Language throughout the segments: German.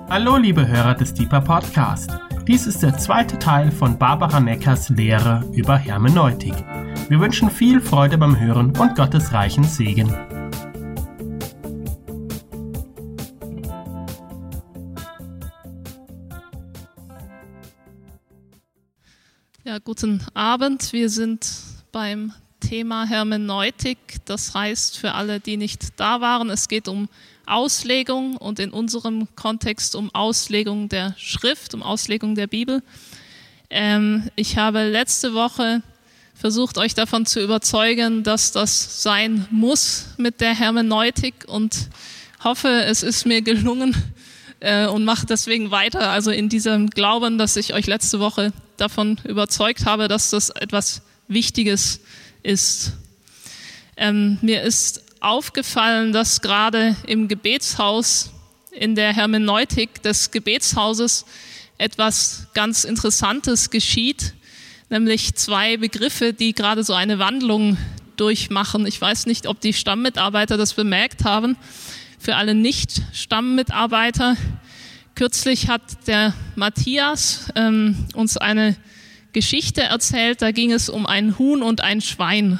Hallo liebe Hörer des Deeper Podcast. Dies ist der zweite Teil von Barbara Neckers Lehre über Hermeneutik. Wir wünschen viel Freude beim Hören und Gottes reichen Segen. Ja, guten Abend. Wir sind beim Thema Hermeneutik. Das heißt, für alle, die nicht da waren, es geht um Auslegung und in unserem Kontext um Auslegung der Schrift, um Auslegung der Bibel. Ich habe letzte Woche versucht, euch davon zu überzeugen, dass das sein muss mit der Hermeneutik und hoffe, es ist mir gelungen und mache deswegen weiter. Also in diesem Glauben, dass ich euch letzte Woche davon überzeugt habe, dass das etwas Wichtiges ist. Mir ist aufgefallen, dass gerade im Gebetshaus, in der Hermeneutik des Gebetshauses etwas ganz Interessantes geschieht, nämlich zwei Begriffe, die gerade so eine Wandlung durchmachen. Ich weiß nicht, ob die Stammmitarbeiter das bemerkt haben. Für alle Nicht-Stammmitarbeiter, kürzlich hat der Matthias uns eine Geschichte erzählt, da ging es um ein Huhn und ein Schwein.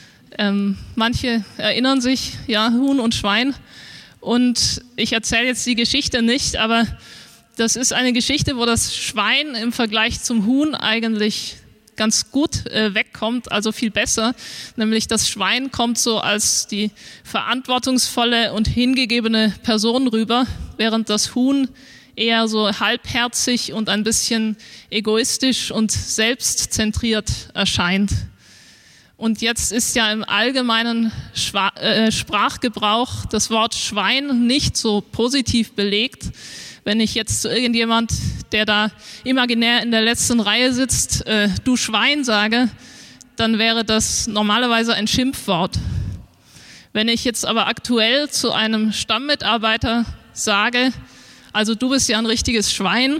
Manche erinnern sich, ja, Huhn und Schwein. Und ich erzähle jetzt die Geschichte nicht, aber das ist eine Geschichte, wo das Schwein im Vergleich zum Huhn eigentlich ganz gut wegkommt, also viel besser. Nämlich das Schwein kommt so als die verantwortungsvolle und hingegebene Person rüber, während das Huhn eher so halbherzig und ein bisschen egoistisch und selbstzentriert erscheint. Und jetzt ist ja im allgemeinen Sprachgebrauch das Wort Schwein nicht so positiv belegt. Wenn ich jetzt zu irgendjemand, der da imaginär in der letzten Reihe sitzt, du Schwein sage, dann wäre das normalerweise ein Schimpfwort. Wenn ich jetzt aber aktuell zu einem Stammmitarbeiter sage, also du bist ja ein richtiges Schwein,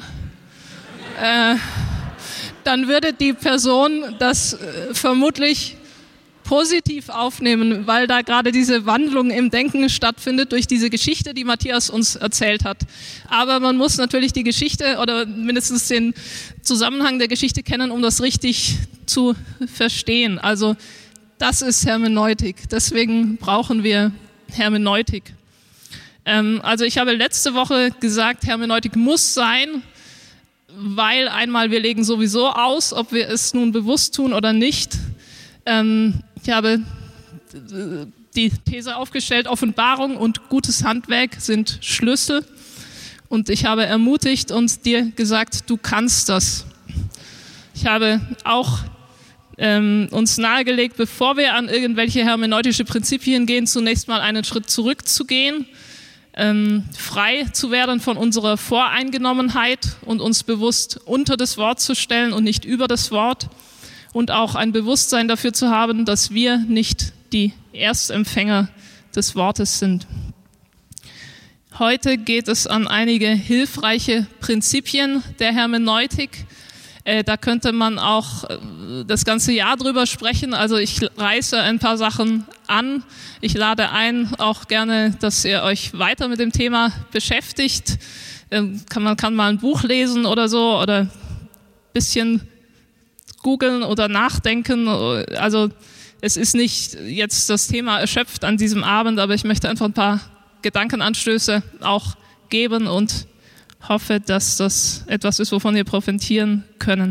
dann würde die Person das vermutlich positiv aufnehmen, weil da gerade diese Wandlung im Denken stattfindet durch diese Geschichte, die Matthias uns erzählt hat. Aber man muss natürlich die Geschichte oder mindestens den Zusammenhang der Geschichte kennen, um das richtig zu verstehen. Also das ist Hermeneutik. Deswegen brauchen wir Hermeneutik. Also ich habe letzte Woche gesagt, Hermeneutik muss sein, weil einmal wir legen sowieso aus, ob wir es nun bewusst tun oder nicht. Ich habe die These aufgestellt, Offenbarung und gutes Handwerk sind Schlüssel. Und ich habe ermutigt und dir gesagt, du kannst das. Ich habe auch uns nahegelegt, bevor wir an irgendwelche hermeneutische Prinzipien gehen, zunächst mal einen Schritt zurückzugehen, frei zu werden von unserer Voreingenommenheit und uns bewusst unter das Wort zu stellen und nicht über das Wort. Und auch ein Bewusstsein dafür zu haben, dass wir nicht die Erstempfänger des Wortes sind. Heute geht es an einige hilfreiche Prinzipien der Hermeneutik. Da könnte man auch das ganze Jahr drüber sprechen. Also ich reiße ein paar Sachen an. Ich lade ein, auch gerne, dass ihr euch weiter mit dem Thema beschäftigt. Man kann mal ein Buch lesen oder so oder ein bisschen googeln oder nachdenken. Also es ist nicht jetzt das Thema erschöpft an diesem Abend, aber ich möchte einfach ein paar Gedankenanstöße auch geben und hoffe, dass das etwas ist, wovon wir profitieren können.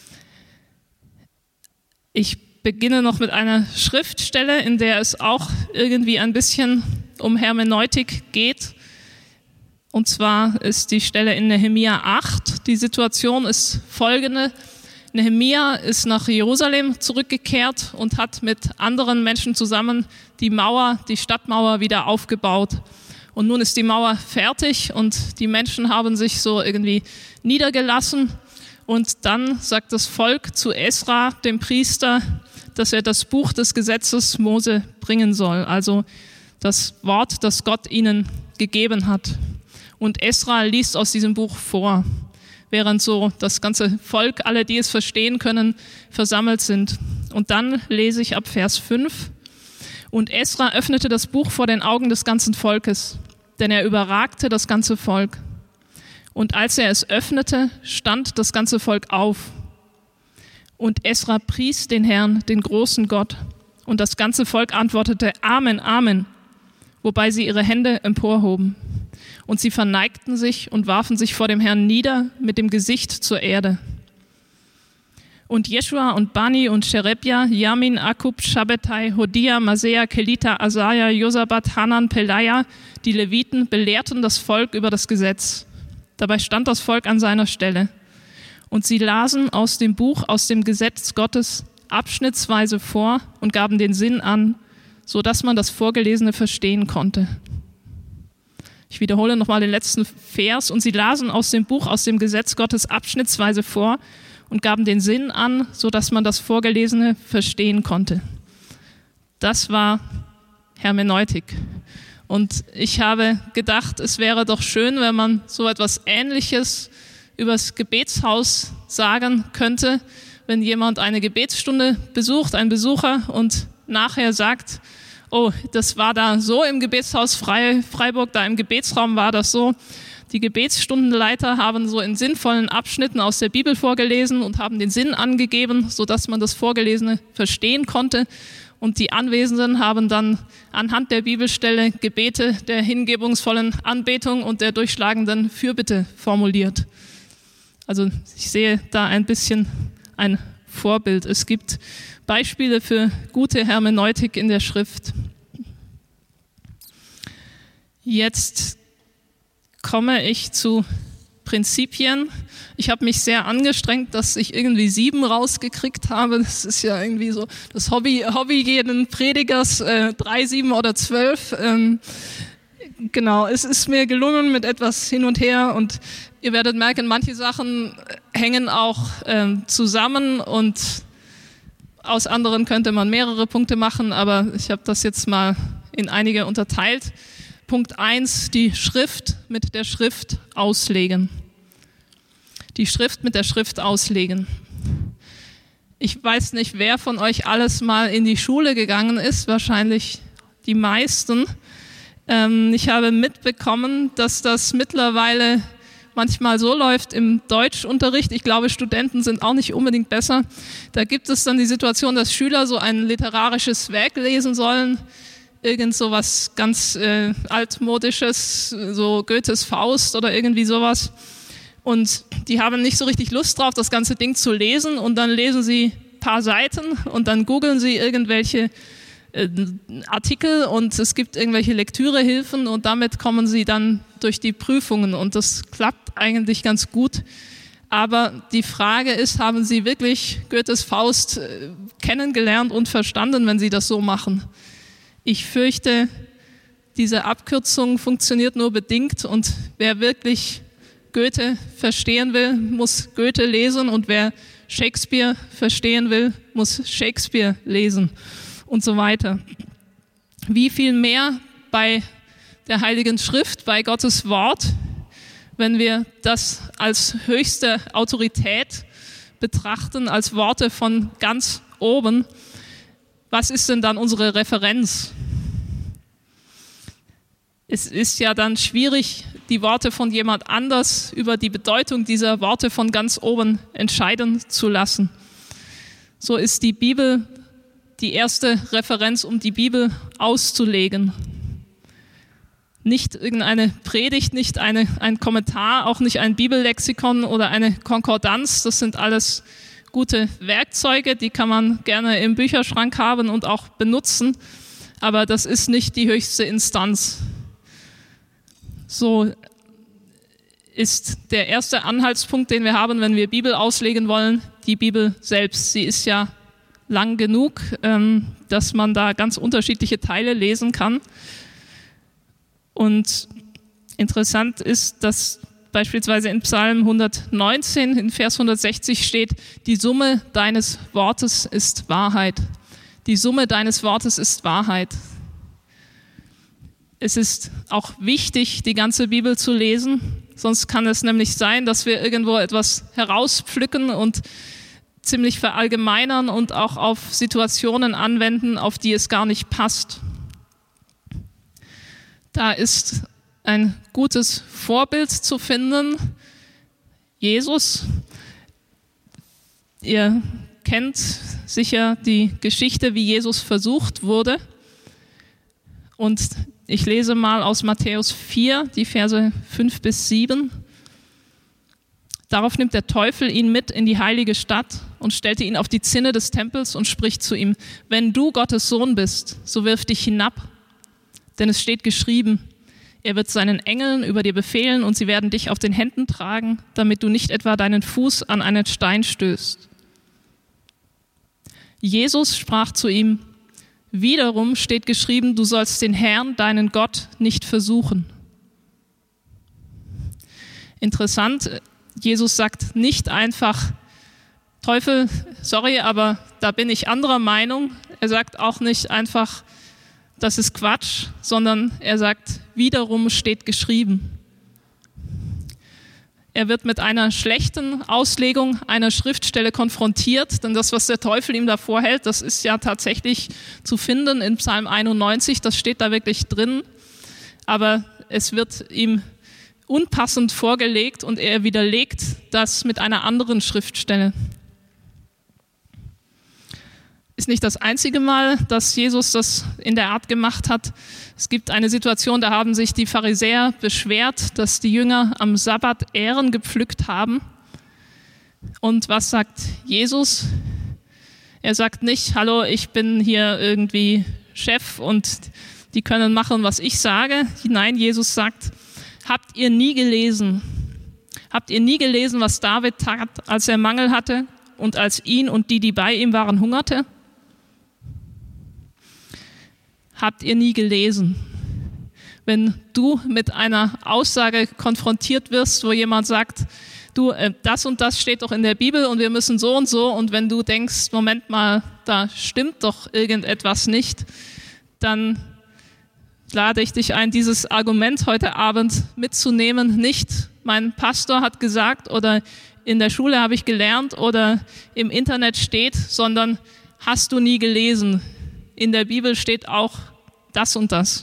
Ich beginne noch mit einer Schriftstelle, in der es auch irgendwie ein bisschen um Hermeneutik geht. Und zwar ist die Stelle in Nehemia 8. Die Situation ist folgende. Nehemia ist nach Jerusalem zurückgekehrt und hat mit anderen Menschen zusammen die Stadtmauer wieder aufgebaut. Und nun ist die Mauer fertig und die Menschen haben sich so irgendwie niedergelassen. Und dann sagt das Volk zu Esra, dem Priester, dass er das Buch des Gesetzes Mose bringen soll. Also das Wort, das Gott ihnen gegeben hat. Und Esra liest aus diesem Buch vor, während so das ganze Volk, alle, die es verstehen können, versammelt sind. Und dann lese ich ab Vers 5. Und Esra öffnete das Buch vor den Augen des ganzen Volkes, denn er überragte das ganze Volk. Und als er es öffnete, stand das ganze Volk auf. Und Esra pries den Herrn, den großen Gott. Und das ganze Volk antwortete, Amen, Amen, wobei sie ihre Hände emporhoben. Und sie verneigten sich und warfen sich vor dem Herrn nieder mit dem Gesicht zur Erde. Und Jeschua und Bani und Sherebja, Yamin, Akub, Shabbetai, Hodia, Masea, Kelita, Asaja, Josabat, Hanan, Pelaja, die Leviten, belehrten das Volk über das Gesetz. Dabei stand das Volk an seiner Stelle. Und sie lasen aus dem Buch, aus dem Gesetz Gottes, abschnittsweise vor und gaben den Sinn an, sodass man das Vorgelesene verstehen konnte. Ich wiederhole nochmal den letzten Vers. Und sie lasen aus dem Buch, aus dem Gesetz Gottes abschnittsweise vor und gaben den Sinn an, sodass man das Vorgelesene verstehen konnte. Das war Hermeneutik. Und ich habe gedacht, es wäre doch schön, wenn man so etwas Ähnliches übers Gebetshaus sagen könnte, wenn jemand eine Gebetsstunde besucht, ein Besucher, und nachher sagt, oh, das war da so im Gebetshaus Freiburg, da im Gebetsraum war das so. Die Gebetsstundenleiter haben so in sinnvollen Abschnitten aus der Bibel vorgelesen und haben den Sinn angegeben, sodass man das Vorgelesene verstehen konnte. Und die Anwesenden haben dann anhand der Bibelstelle Gebete der hingebungsvollen Anbetung und der durchschlagenden Fürbitte formuliert. Also ich sehe da ein bisschen ein Vorbild. Es gibt Beispiele für gute Hermeneutik in der Schrift. Jetzt komme ich zu Prinzipien. Ich habe mich sehr angestrengt, dass ich irgendwie 7 rausgekriegt habe. Das ist ja irgendwie so das Hobby jeden Predigers, 3, 7 oder 12. Genau, es ist mir gelungen mit etwas hin und her, und ihr werdet merken, manche Sachen hängen auch zusammen und aus anderen könnte man mehrere Punkte machen, aber ich habe das jetzt mal in einige unterteilt. Punkt 1, die Schrift mit der Schrift auslegen. Die Schrift mit der Schrift auslegen. Ich weiß nicht, wer von euch alles mal in die Schule gegangen ist, wahrscheinlich die meisten. Ich habe mitbekommen, dass das mittlerweile manchmal so läuft im Deutschunterricht. Ich glaube, Studenten sind auch nicht unbedingt besser. Da gibt es dann die Situation, dass Schüler so ein literarisches Werk lesen sollen, irgend so was ganz altmodisches, so Goethes Faust oder irgendwie sowas. Und die haben nicht so richtig Lust drauf, das ganze Ding zu lesen, und dann lesen sie ein paar Seiten und dann googeln sie irgendwelche Artikel und es gibt irgendwelche Lektürehilfen und damit kommen sie dann durch die Prüfungen und das klappt eigentlich ganz gut. Aber die Frage ist, haben sie wirklich Goethes Faust kennengelernt und verstanden, wenn sie das so machen? Ich fürchte, diese Abkürzung funktioniert nur bedingt, und wer wirklich Goethe verstehen will, muss Goethe lesen, und wer Shakespeare verstehen will, muss Shakespeare lesen und so weiter. Wie viel mehr bei der Heiligen Schrift, bei Gottes Wort, wenn wir das als höchste Autorität betrachten, als Worte von ganz oben. Was ist denn dann unsere Referenz? Es ist ja dann schwierig, die Worte von jemand anders über die Bedeutung dieser Worte von ganz oben entscheiden zu lassen. So ist die Bibel die erste Referenz, um die Bibel auszulegen. Nicht irgendeine Predigt, nicht ein Kommentar, auch nicht ein Bibellexikon oder eine Konkordanz. Das sind alles gute Werkzeuge, die kann man gerne im Bücherschrank haben und auch benutzen. Aber das ist nicht die höchste Instanz. So ist der erste Anhaltspunkt, den wir haben, wenn wir Bibel auslegen wollen, die Bibel selbst. Sie ist ja lang genug, dass man da ganz unterschiedliche Teile lesen kann. Und interessant ist, dass beispielsweise in Psalm 119 in Vers 160 steht, die Summe deines Wortes ist Wahrheit. Die Summe deines Wortes ist Wahrheit. Es ist auch wichtig, die ganze Bibel zu lesen, sonst kann es nämlich sein, dass wir irgendwo etwas herauspflücken und ziemlich verallgemeinern und auch auf Situationen anwenden, auf die es gar nicht passt. Da ist ein gutes Vorbild zu finden. Jesus. Ihr kennt sicher die Geschichte, wie Jesus versucht wurde. Und ich lese mal aus Matthäus 4, die Verse 5 bis 7. Darauf nimmt der Teufel ihn mit in die heilige Stadt und stellte ihn auf die Zinne des Tempels und spricht zu ihm: Wenn du Gottes Sohn bist, so wirf dich hinab, denn es steht geschrieben, er wird seinen Engeln über dir befehlen und sie werden dich auf den Händen tragen, damit du nicht etwa deinen Fuß an einen Stein stößt. Jesus sprach zu ihm: Wiederum steht geschrieben, du sollst den Herrn, deinen Gott, nicht versuchen. Interessant, Jesus sagt nicht einfach: Teufel, sorry, aber da bin ich anderer Meinung. Er sagt auch nicht einfach: Das ist Quatsch, sondern er sagt: Wiederum steht geschrieben. Er wird mit einer schlechten Auslegung einer Schriftstelle konfrontiert, denn das, was der Teufel ihm da vorhält, das ist ja tatsächlich zu finden in Psalm 91, das steht da wirklich drin, aber es wird ihm unpassend vorgelegt und er widerlegt das mit einer anderen Schriftstelle. Ist nicht das einzige Mal, dass Jesus das in der Art gemacht hat. Es gibt eine Situation, da haben sich die Pharisäer beschwert, dass die Jünger am Sabbat Ähren gepflückt haben. Und was sagt Jesus? Er sagt nicht: Hallo, ich bin hier irgendwie Chef und die können machen, was ich sage. Nein, Jesus sagt: Habt ihr nie gelesen? Habt ihr nie gelesen, was David tat, als er Mangel hatte und als ihn und die bei ihm waren, hungerte? Habt ihr nie gelesen? Wenn du mit einer Aussage konfrontiert wirst, wo jemand sagt: Du, das und das steht doch in der Bibel und wir müssen so und so, und wenn du denkst, Moment mal, da stimmt doch irgendetwas nicht, dann lade ich dich ein, dieses Argument heute Abend mitzunehmen. Nicht, mein Pastor hat gesagt oder in der Schule habe ich gelernt oder im Internet steht, sondern hast du nie gelesen? In der Bibel steht auch das und das.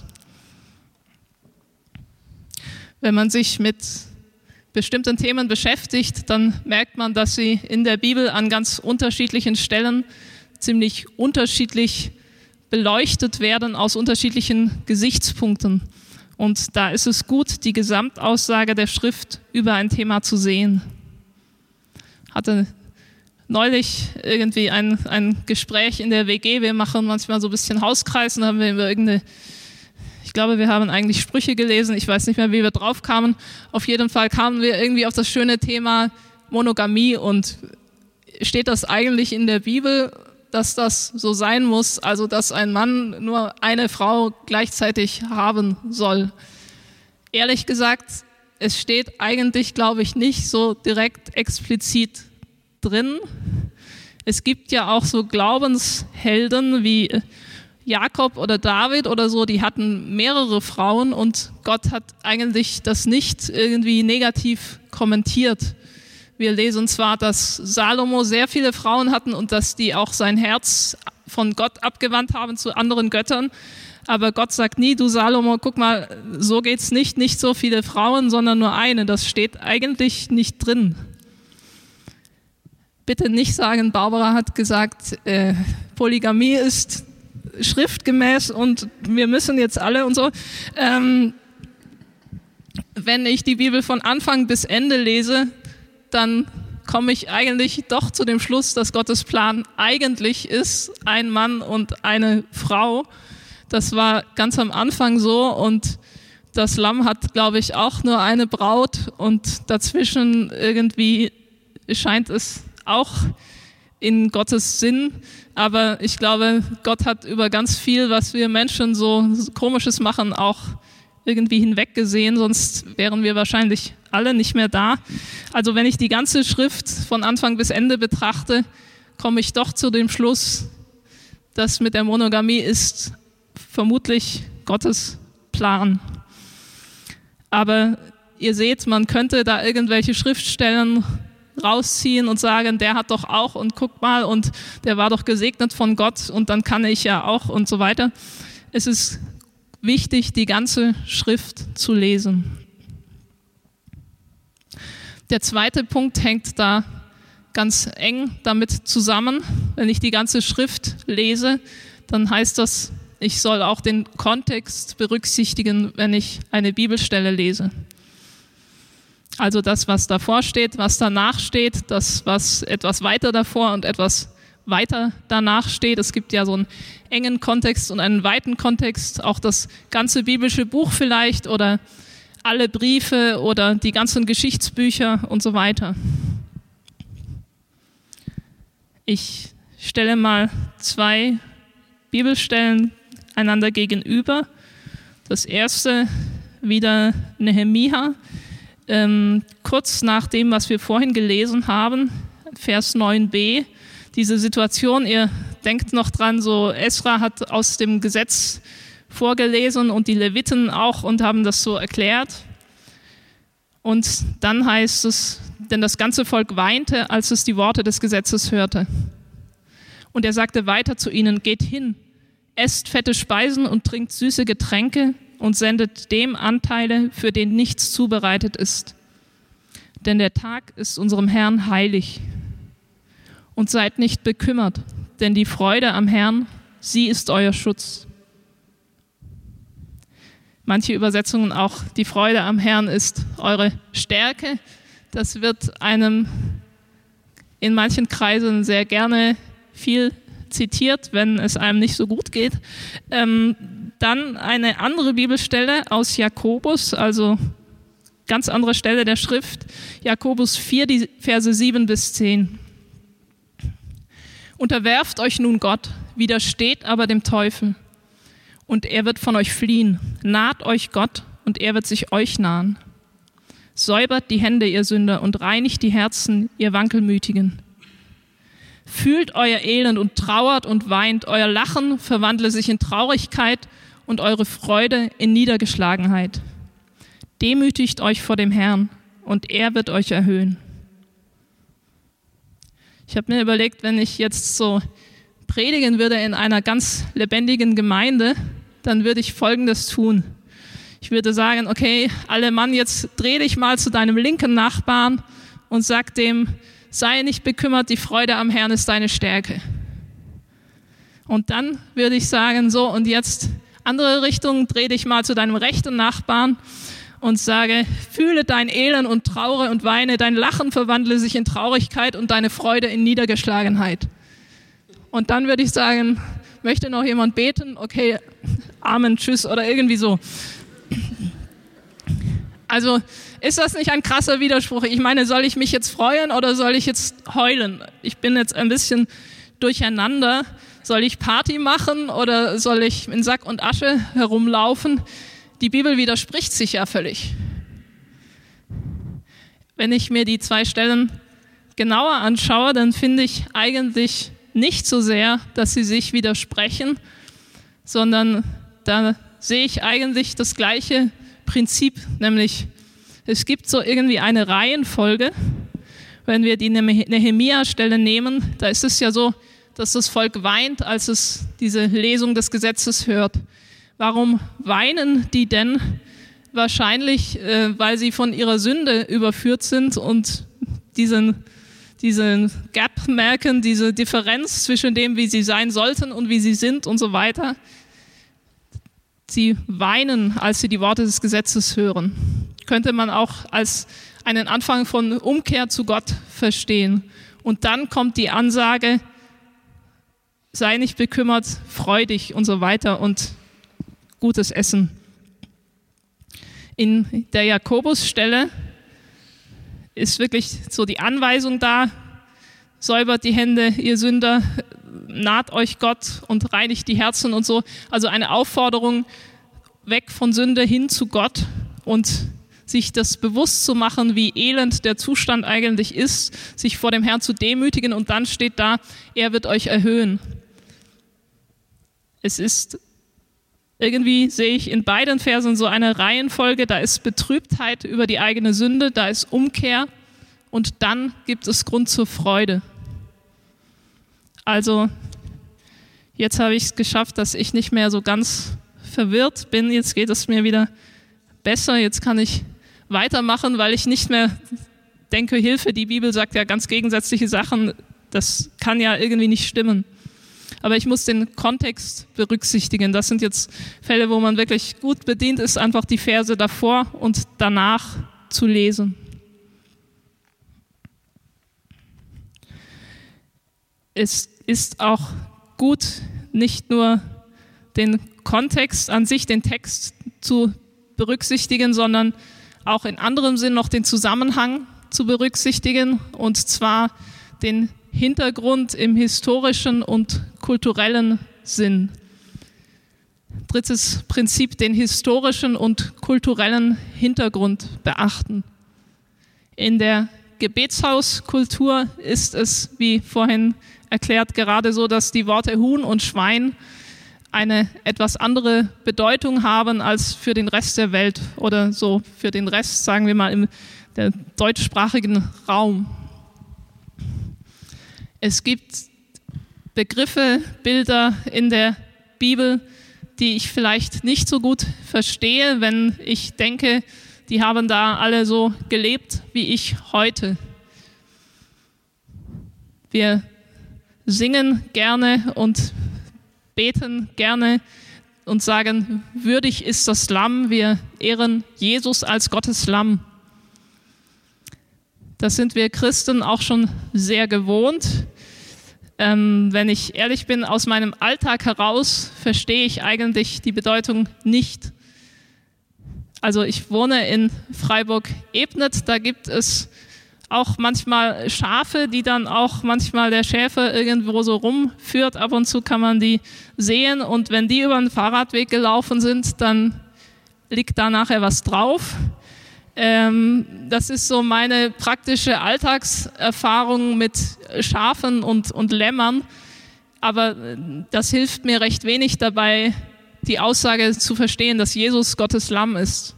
Wenn man sich mit bestimmten Themen beschäftigt, dann merkt man, dass sie in der Bibel an ganz unterschiedlichen Stellen ziemlich unterschiedlich beleuchtet werden aus unterschiedlichen Gesichtspunkten. Und da ist es gut, die Gesamtaussage der Schrift über ein Thema zu sehen. Hatte neulich irgendwie ein Gespräch in der WG. Wir machen manchmal so ein bisschen Hauskreis und haben wir über ich glaube, wir haben eigentlich Sprüche gelesen. Ich weiß nicht mehr, wie wir drauf kamen. Auf jeden Fall kamen wir irgendwie auf das schöne Thema Monogamie. Und steht das eigentlich in der Bibel, dass das so sein muss? Also, dass ein Mann nur eine Frau gleichzeitig haben soll? Ehrlich gesagt, es steht eigentlich, glaube ich, nicht so direkt explizit drin. Es gibt ja auch so Glaubenshelden wie Jakob oder David oder so, die hatten mehrere Frauen und Gott hat eigentlich das nicht irgendwie negativ kommentiert. Wir lesen zwar, dass Salomo sehr viele Frauen hatten und dass die auch sein Herz von Gott abgewandt haben zu anderen Göttern, aber Gott sagt nie: Du Salomo, guck mal, so geht's nicht so viele Frauen, sondern nur eine. Das steht eigentlich nicht drin. Bitte nicht sagen, Barbara hat gesagt, Polygamie ist schriftgemäß und wir müssen jetzt alle und so. Wenn ich die Bibel von Anfang bis Ende lese, dann komme ich eigentlich doch zu dem Schluss, dass Gottes Plan eigentlich ist, ein Mann und eine Frau. Das war ganz am Anfang so und das Lamm hat, glaube ich, auch nur eine Braut und dazwischen irgendwie scheint es auch in Gottes Sinn, aber ich glaube, Gott hat über ganz viel, was wir Menschen so Komisches machen, auch irgendwie hinweggesehen, sonst wären wir wahrscheinlich alle nicht mehr da. Also wenn ich die ganze Schrift von Anfang bis Ende betrachte, komme ich doch zu dem Schluss, dass mit der Monogamie ist vermutlich Gottes Plan. Aber ihr seht, man könnte da irgendwelche Schriftstellen rausziehen und sagen, der hat doch auch und guck mal und der war doch gesegnet von Gott und dann kann ich ja auch und so weiter. Es ist wichtig, die ganze Schrift zu lesen. Der zweite Punkt hängt da ganz eng damit zusammen. Wenn ich die ganze Schrift lese, dann heißt das, ich soll auch den Kontext berücksichtigen, wenn ich eine Bibelstelle lese. Also das, was davor steht, was danach steht, das, was etwas weiter davor und etwas weiter danach steht. Es gibt ja so einen engen Kontext und einen weiten Kontext, auch das ganze biblische Buch vielleicht oder alle Briefe oder die ganzen Geschichtsbücher und so weiter. Ich stelle mal 2 Bibelstellen einander gegenüber. Das erste wieder Nehemia, kurz nach dem, was wir vorhin gelesen haben, Vers 9b, diese Situation, ihr denkt noch dran, so Esra hat aus dem Gesetz vorgelesen und die Leviten auch und haben das so erklärt. Und dann heißt es, denn das ganze Volk weinte, als es die Worte des Gesetzes hörte. Und er sagte weiter zu ihnen, geht hin, esst fette Speisen und trinkt süße Getränke und sendet dem Anteile, für den nichts zubereitet ist. Denn der Tag ist unserem Herrn heilig. Und seid nicht bekümmert, denn die Freude am Herrn, sie ist euer Schutz. Manche Übersetzungen auch, die Freude am Herrn ist eure Stärke. Das wird einem in manchen Kreisen sehr gerne viel zitiert, wenn es einem nicht so gut geht. Dann eine andere Bibelstelle aus Jakobus, also ganz andere Stelle der Schrift, Jakobus 4, die Verse 7 bis 10. Unterwerft euch nun Gott, widersteht aber dem Teufel, und er wird von euch fliehen. Naht euch Gott, und er wird sich euch nahen. Säubert die Hände, ihr Sünder, und reinigt die Herzen, ihr Wankelmütigen. Fühlt euer Elend und trauert und weint, euer Lachen verwandle sich in Traurigkeit und eure Freude in Niedergeschlagenheit. Demütigt euch vor dem Herrn, und er wird euch erhöhen. Ich habe mir überlegt, wenn ich jetzt so predigen würde in einer ganz lebendigen Gemeinde, dann würde ich Folgendes tun. Ich würde sagen, okay, alle Mann, jetzt dreh dich mal zu deinem linken Nachbarn und sag dem, sei nicht bekümmert, die Freude am Herrn ist deine Stärke. Und dann würde ich sagen, so und jetzt andere Richtung, dreh dich mal zu deinem rechten Nachbarn und sage, fühle dein Elend und traure und weine, dein Lachen verwandle sich in Traurigkeit und deine Freude in Niedergeschlagenheit. Und dann würde ich sagen, möchte noch jemand beten? Okay, Amen, tschüss oder irgendwie so. Also ist das nicht ein krasser Widerspruch? Ich meine, soll ich mich jetzt freuen oder soll ich jetzt heulen? Ich bin jetzt ein bisschen durcheinander. Soll ich Party machen oder soll ich in Sack und Asche herumlaufen? Die Bibel widerspricht sich ja völlig. Wenn ich mir die 2 Stellen genauer anschaue, dann finde ich eigentlich nicht so sehr, dass sie sich widersprechen, sondern da sehe ich eigentlich das gleiche Prinzip, nämlich es gibt so irgendwie eine Reihenfolge. Wenn wir die Nehemia-Stelle nehmen, da ist es ja so, dass das Volk weint, als es diese Lesung des Gesetzes hört. Warum weinen die denn? Wahrscheinlich, weil sie von ihrer Sünde überführt sind und diesen Gap merken, diese Differenz zwischen dem, wie sie sein sollten und wie sie sind und so weiter. Sie weinen, als sie die Worte des Gesetzes hören. Könnte man auch als einen Anfang von Umkehr zu Gott verstehen. Und dann kommt die Ansage, sei nicht bekümmert, freu dich und so weiter und gutes Essen. In der Jakobusstelle ist wirklich so die Anweisung da, säubert die Hände, ihr Sünder, naht euch Gott und reinigt die Herzen und so. Also eine Aufforderung, weg von Sünde hin zu Gott und sich das bewusst zu machen, wie elend der Zustand eigentlich ist, sich vor dem Herrn zu demütigen und dann steht da, er wird euch erhöhen. Es ist irgendwie, sehe ich in beiden Versen so eine Reihenfolge, da ist Betrübtheit über die eigene Sünde, da ist Umkehr und dann gibt es Grund zur Freude. Also jetzt habe ich es geschafft, dass ich nicht mehr so ganz verwirrt bin. Jetzt geht es mir wieder besser, jetzt kann ich weitermachen, weil ich nicht mehr denke, Hilfe, die Bibel sagt ja ganz gegensätzliche Sachen, das kann ja irgendwie nicht stimmen. Aber ich muss den Kontext berücksichtigen. Das sind jetzt Fälle, wo man wirklich gut bedient ist, einfach die Verse davor und danach zu lesen. Es ist auch gut, nicht nur den Kontext an sich, den Text zu berücksichtigen, sondern auch in anderem Sinn noch den Zusammenhang zu berücksichtigen, und zwar den Hintergrund im historischen und kulturellen Sinn. Drittes Prinzip, den historischen und kulturellen Hintergrund beachten. In der Gebetshauskultur ist es, wie vorhin erklärt, gerade so, dass die Worte Huhn und Schwein eine etwas andere Bedeutung haben als für den Rest der Welt oder so für den Rest, sagen wir mal, im der deutschsprachigen Raum. Es gibt Begriffe, Bilder in der Bibel, die ich vielleicht nicht so gut verstehe, wenn ich denke, die haben da alle so gelebt wie ich heute. Wir singen gerne und beten gerne und sagen, würdig ist das Lamm. Wir ehren Jesus als Gottes Lamm. Das sind wir Christen auch schon sehr gewohnt. Wenn ich ehrlich bin, aus meinem Alltag heraus verstehe ich eigentlich die Bedeutung nicht. Also ich wohne in Freiburg-Ebnet, da gibt es auch manchmal Schafe, die dann auch manchmal der Schäfer irgendwo so rumführt. Ab und zu kann man die sehen, und wenn die über den Fahrradweg gelaufen sind, dann liegt da nachher was drauf. Das ist so meine praktische Alltagserfahrung mit Schafen und Lämmern, aber das hilft mir recht wenig dabei, die Aussage zu verstehen, dass Jesus Gottes Lamm ist.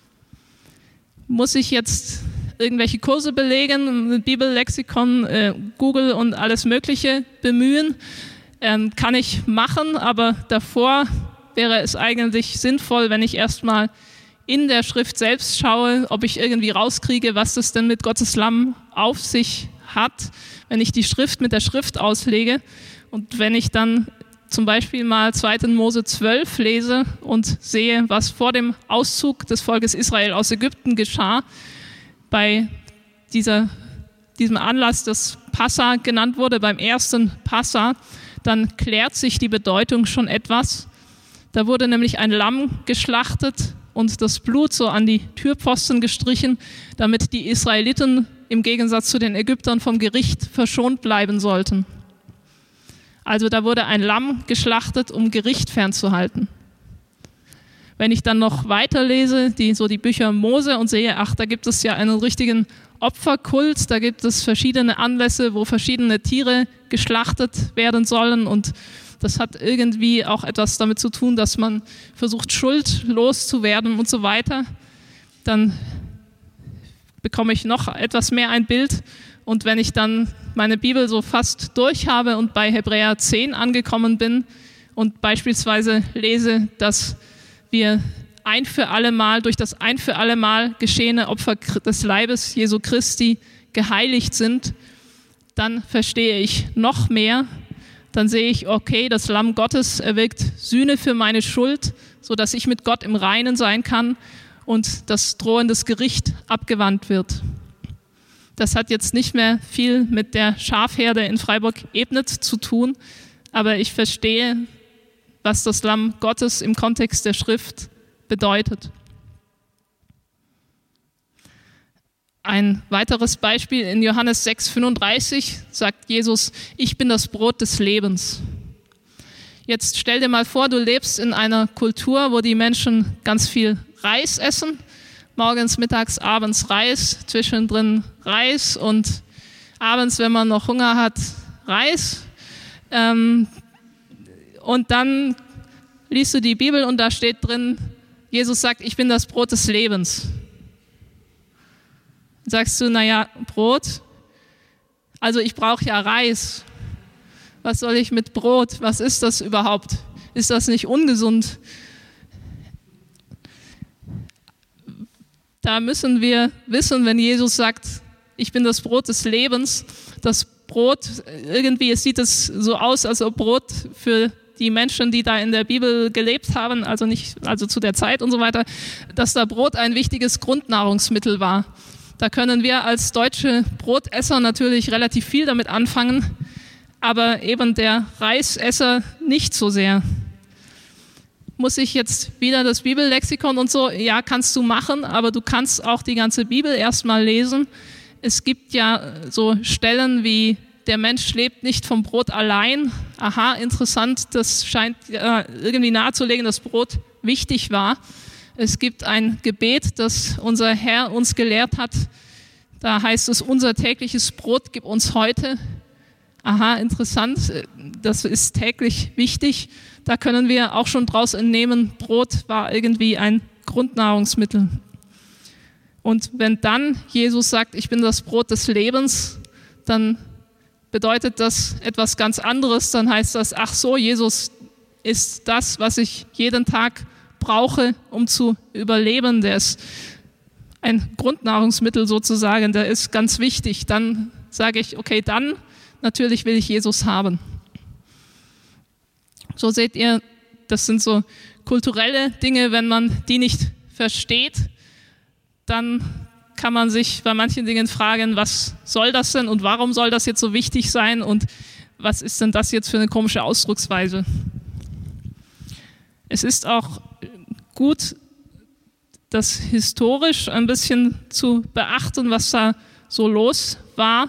Muss ich jetzt irgendwelche Kurse belegen, Bibellexikon, Google und alles Mögliche bemühen? Kann ich machen, aber davor wäre es eigentlich sinnvoll, wenn ich erstmal in der Schrift selbst schaue, ob ich irgendwie rauskriege, was das denn mit Gottes Lamm auf sich hat, wenn ich die Schrift mit der Schrift auslege. Und wenn ich dann zum Beispiel mal 2. Mose 12 lese und sehe, was vor dem Auszug des Volkes Israel aus Ägypten geschah, bei diesem Anlass, das Passa genannt wurde, beim ersten Passa, dann klärt sich die Bedeutung schon etwas. Da wurde nämlich ein Lamm geschlachtet und das Blut so an die Türpfosten gestrichen, damit die Israeliten im Gegensatz zu den Ägyptern vom Gericht verschont bleiben sollten. Also da wurde ein Lamm geschlachtet, um Gericht fernzuhalten. Wenn ich dann noch weiterlese, die Bücher Mose, und sehe, ach, da gibt es ja einen richtigen Opferkult, da gibt es verschiedene Anlässe, wo verschiedene Tiere geschlachtet werden sollen, und das hat irgendwie auch etwas damit zu tun, dass man versucht, Schuld loszuwerden und so weiter. Dann bekomme ich noch etwas mehr ein Bild. Und wenn ich dann meine Bibel so fast durch habe und bei Hebräer 10 angekommen bin und beispielsweise lese, dass wir ein für alle Mal, durch das ein für alle Mal geschehene Opfer des Leibes Jesu Christi geheiligt sind, dann verstehe ich noch mehr. Dann sehe ich, okay, das Lamm Gottes erwirkt Sühne für meine Schuld, sodass ich mit Gott im Reinen sein kann und das drohendes Gericht abgewandt wird. Das hat jetzt nicht mehr viel mit der Schafherde in Freiburg-Ebnet zu tun, aber ich verstehe, was das Lamm Gottes im Kontext der Schrift bedeutet. Ein weiteres Beispiel in Johannes 6,35 sagt Jesus, ich bin das Brot des Lebens. Jetzt stell dir mal vor, du lebst in einer Kultur, wo die Menschen ganz viel Reis essen, morgens, mittags, abends Reis, zwischendrin Reis und abends, wenn man noch Hunger hat, Reis. Und dann liest du die Bibel und da steht drin, Jesus sagt, ich bin das Brot des Lebens. Sagst du, naja, Brot? Also ich brauche ja Reis. Was soll ich mit Brot? Was ist das überhaupt? Ist das nicht ungesund? Da müssen wir wissen, wenn Jesus sagt, ich bin das Brot des Lebens, das Brot, irgendwie es sieht es so aus, als ob Brot für die Menschen, die da in der Bibel gelebt haben, also zu der Zeit und so weiter, dass da Brot ein wichtiges Grundnahrungsmittel war. Da können wir als deutsche Brotesser natürlich relativ viel damit anfangen, aber eben der Reisesser nicht so sehr. Muss ich jetzt wieder das Bibellexikon und so? Ja, kannst du machen, aber du kannst auch die ganze Bibel erstmal lesen. Es gibt ja so Stellen wie, der Mensch lebt nicht vom Brot allein. Aha, interessant, das scheint irgendwie nahezulegen, dass Brot wichtig war. Es gibt ein Gebet, das unser Herr uns gelehrt hat. Da heißt es, unser tägliches Brot gib uns heute. Aha, interessant, das ist täglich wichtig. Da können wir auch schon draus entnehmen, Brot war irgendwie ein Grundnahrungsmittel. Und wenn dann Jesus sagt, ich bin das Brot des Lebens, dann bedeutet das etwas ganz anderes. Dann heißt das, ach so, Jesus ist das, was ich jeden Tag brauche, um zu überleben. Der ist ein Grundnahrungsmittel sozusagen, der ist ganz wichtig. Dann sage ich, okay, dann natürlich will ich Jesus haben. So seht ihr, das sind so kulturelle Dinge, wenn man die nicht versteht, dann kann man sich bei manchen Dingen fragen, was soll das denn und warum soll das jetzt so wichtig sein und was ist denn das jetzt für eine komische Ausdrucksweise? Es ist auch gut, das historisch ein bisschen zu beachten, was da so los war.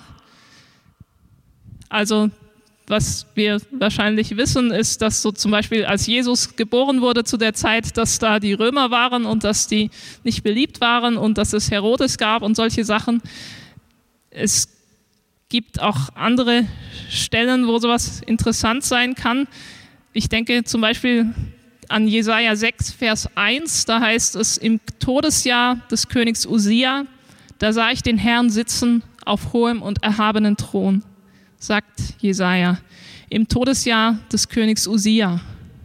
Also was wir wahrscheinlich wissen, ist, dass so zum Beispiel als Jesus geboren wurde zu der Zeit, dass da die Römer waren und dass die nicht beliebt waren und dass es Herodes gab und solche Sachen. Es gibt auch andere Stellen, wo sowas interessant sein kann. Ich denke zum Beispiel an Jesaja 6, Vers 1, da heißt es, im Todesjahr des Königs Usia, da sah ich den Herrn sitzen auf hohem und erhabenen Thron, sagt Jesaja, im Todesjahr des Königs Usia.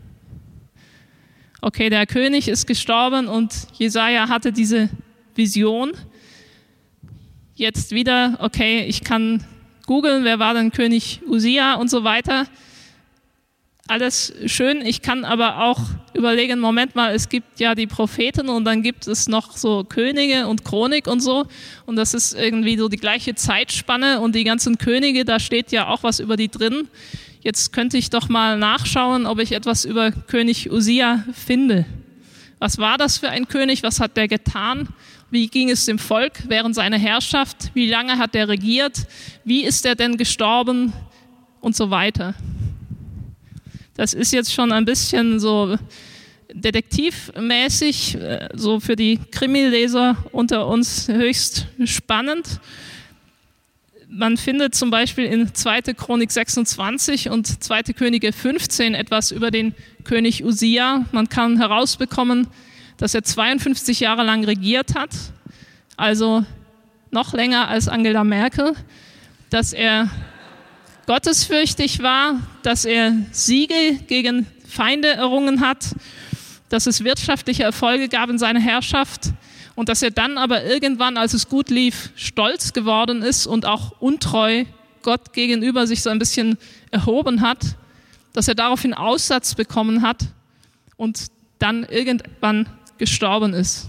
Okay, der König ist gestorben und Jesaja hatte diese Vision. Jetzt wieder, okay, ich kann googeln, wer war denn König Usia und so weiter. Alles schön, ich kann aber auch überlegen, Moment mal, es gibt ja die Propheten und dann gibt es noch so Könige und Chronik und so und das ist irgendwie so die gleiche Zeitspanne und die ganzen Könige, da steht ja auch was über die drin. Jetzt könnte ich doch mal nachschauen, ob ich etwas über König Usia finde. Was war das für ein König? Was hat der getan? Wie ging es dem Volk während seiner Herrschaft? Wie lange hat er regiert? Wie ist er denn gestorben? Und so weiter. Das ist jetzt schon ein bisschen so detektivmäßig, so für die Krimileser unter uns höchst spannend. Man findet zum Beispiel in 2. Chronik 26 und 2. Könige 15 etwas über den König Usia. Man kann herausbekommen, dass er 52 Jahre lang regiert hat, also noch länger als Angela Merkel, dass er gottesfürchtig war, dass er Siege gegen Feinde errungen hat, dass es wirtschaftliche Erfolge gab in seiner Herrschaft und dass er dann aber irgendwann, als es gut lief, stolz geworden ist und auch untreu Gott gegenüber sich so ein bisschen erhoben hat, dass er daraufhin Aussatz bekommen hat und dann irgendwann gestorben ist.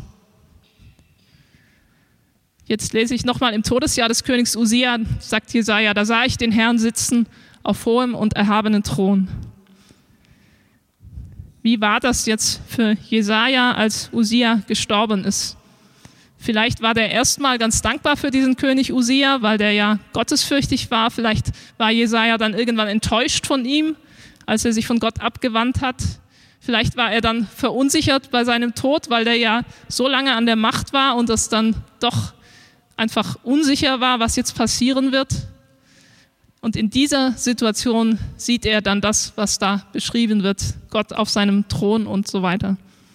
Jetzt lese ich nochmal, im Todesjahr des Königs Usia, sagt Jesaja, da sah ich den Herrn sitzen auf hohem und erhabenen Thron. Wie war das jetzt für Jesaja, als Usia gestorben ist? Vielleicht war der erstmal ganz dankbar für diesen König Usia, weil der ja gottesfürchtig war. Vielleicht war Jesaja dann irgendwann enttäuscht von ihm, als er sich von Gott abgewandt hat. Vielleicht war er dann verunsichert bei seinem Tod, weil der ja so lange an der Macht war und das dann doch einfach unsicher war, was jetzt passieren wird. Und in dieser Situation sieht er dann das, was da beschrieben wird, Gott auf seinem Thron und so weiter.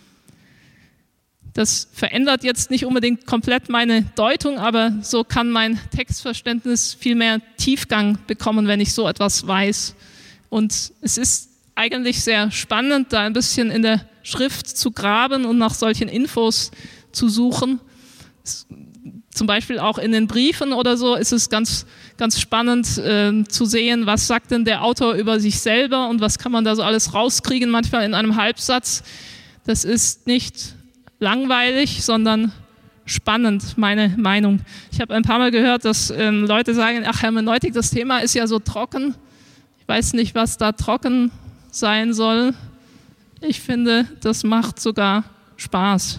Das verändert jetzt nicht unbedingt komplett meine Deutung, aber so kann mein Textverständnis viel mehr Tiefgang bekommen, wenn ich so etwas weiß. Und es ist eigentlich sehr spannend, da ein bisschen in der Schrift zu graben und nach solchen Infos zu suchen. Zum Beispiel auch in den Briefen oder so ist es ganz, ganz spannend zu sehen, was sagt denn der Autor über sich selber und was kann man da so alles rauskriegen, manchmal in einem Halbsatz. Das ist nicht langweilig, sondern spannend, meine Meinung. Ich habe ein paar Mal gehört, dass Leute sagen, ach, Hermeneutik, das Thema ist ja so trocken. Ich weiß nicht, was da trocken sein soll. Ich finde, das macht sogar Spaß.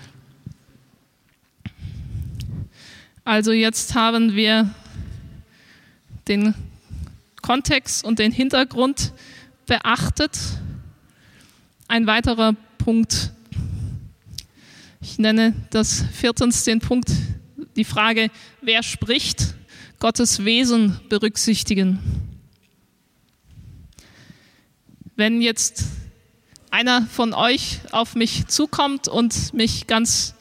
Also jetzt haben wir den Kontext und den Hintergrund beachtet. Ein weiterer Punkt. Ich nenne das 14. den Punkt, die Frage, wer spricht? Gottes Wesen berücksichtigen. Wenn jetzt einer von euch auf mich zukommt und mich ganz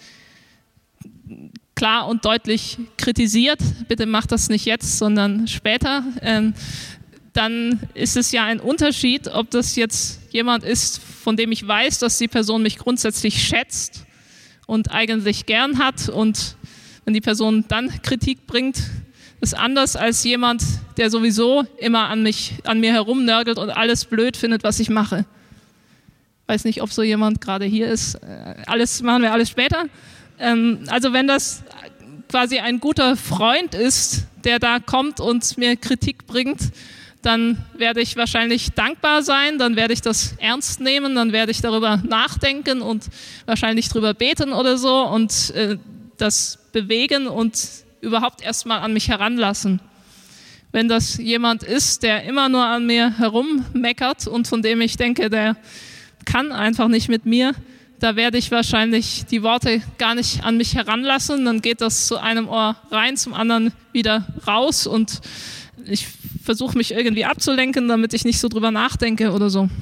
klar und deutlich kritisiert, bitte macht das nicht jetzt, sondern später, dann ist es ja ein Unterschied, ob das jetzt jemand ist, von dem ich weiß, dass die Person mich grundsätzlich schätzt und eigentlich gern hat, und wenn die Person dann Kritik bringt, ist anders als jemand, der sowieso immer an mir herumnörgelt und alles blöd findet, was ich mache. Ich weiß nicht, ob so jemand gerade hier ist. Machen wir alles später. Also wenn das quasi ein guter Freund ist, der da kommt und mir Kritik bringt, dann werde ich wahrscheinlich dankbar sein, dann werde ich das ernst nehmen, dann werde ich darüber nachdenken und wahrscheinlich drüber beten oder so und das bewegen und überhaupt erstmal an mich heranlassen. Wenn das jemand ist, der immer nur an mir herummeckert und von dem ich denke, der kann einfach nicht mit mir, da werde ich wahrscheinlich die Worte gar nicht an mich heranlassen, dann geht das zu einem Ohr rein, zum anderen wieder raus und ich versuche mich irgendwie abzulenken, damit ich nicht so drüber nachdenke oder so.